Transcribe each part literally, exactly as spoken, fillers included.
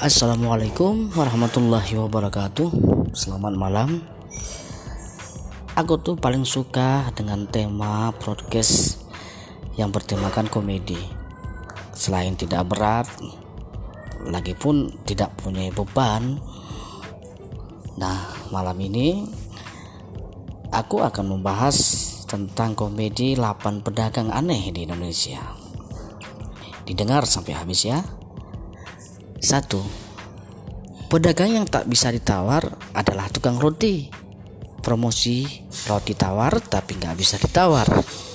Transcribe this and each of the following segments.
Assalamualaikum warahmatullahi wabarakatuh. Selamat malam. Aku tuh paling suka dengan tema podcast yang bertemakan komedi. Selain tidak berat, lagi pun tidak punya beban. Nah, malam ini aku akan membahas tentang komedi delapan pedagang aneh di Indonesia. Didengar sampai habis ya. Satu, pedagang yang tak bisa ditawar adalah tukang roti. Promosi roti tawar tapi nggak bisa ditawar.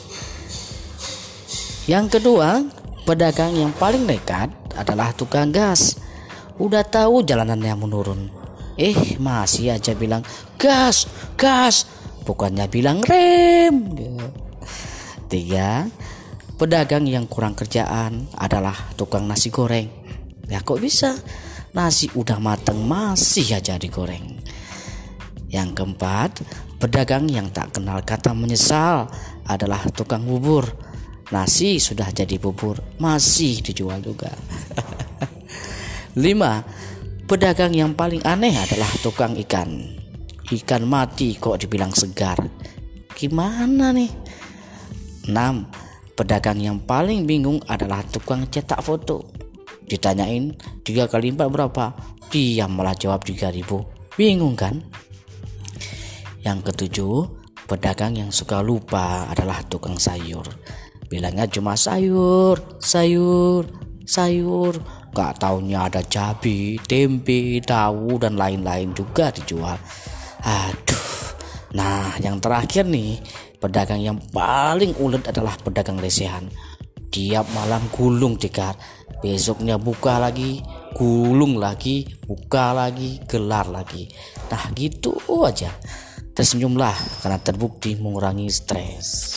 Yang kedua, pedagang yang paling nekat adalah tukang gas. Udah tahu jalanannya menurun, eh masih aja bilang gas, gas, bukannya bilang rem. Tiga, pedagang yang kurang kerjaan adalah tukang nasi goreng. Ya kok bisa? Nasi udah mateng masih aja digoreng. Yang keempat, pedagang yang tak kenal kata menyesal adalah tukang bubur. Nasi sudah jadi bubur masih dijual juga. Lima, pedagang yang paling aneh adalah tukang ikan. Ikan mati kok dibilang segar. Gimana nih? Enam, pedagang yang paling bingung adalah tukang cetak foto. Ditanyain tiga kali empat berapa, dia malah jawab tiga ribu. Bingung kan? Yang ketujuh, pedagang yang suka lupa adalah tukang sayur. Bilangnya cuma sayur, sayur, sayur. Gak taunya ada cabai, tempe, tahu dan lain-lain juga dijual. Aduh. Nah, yang terakhir nih, pedagang yang paling ulet adalah pedagang lesehan. Tiap malam gulung tikar, besoknya buka lagi, gulung lagi, buka lagi, gelar lagi. Nah gitu aja. Tersenyumlah karena terbukti mengurangi stres.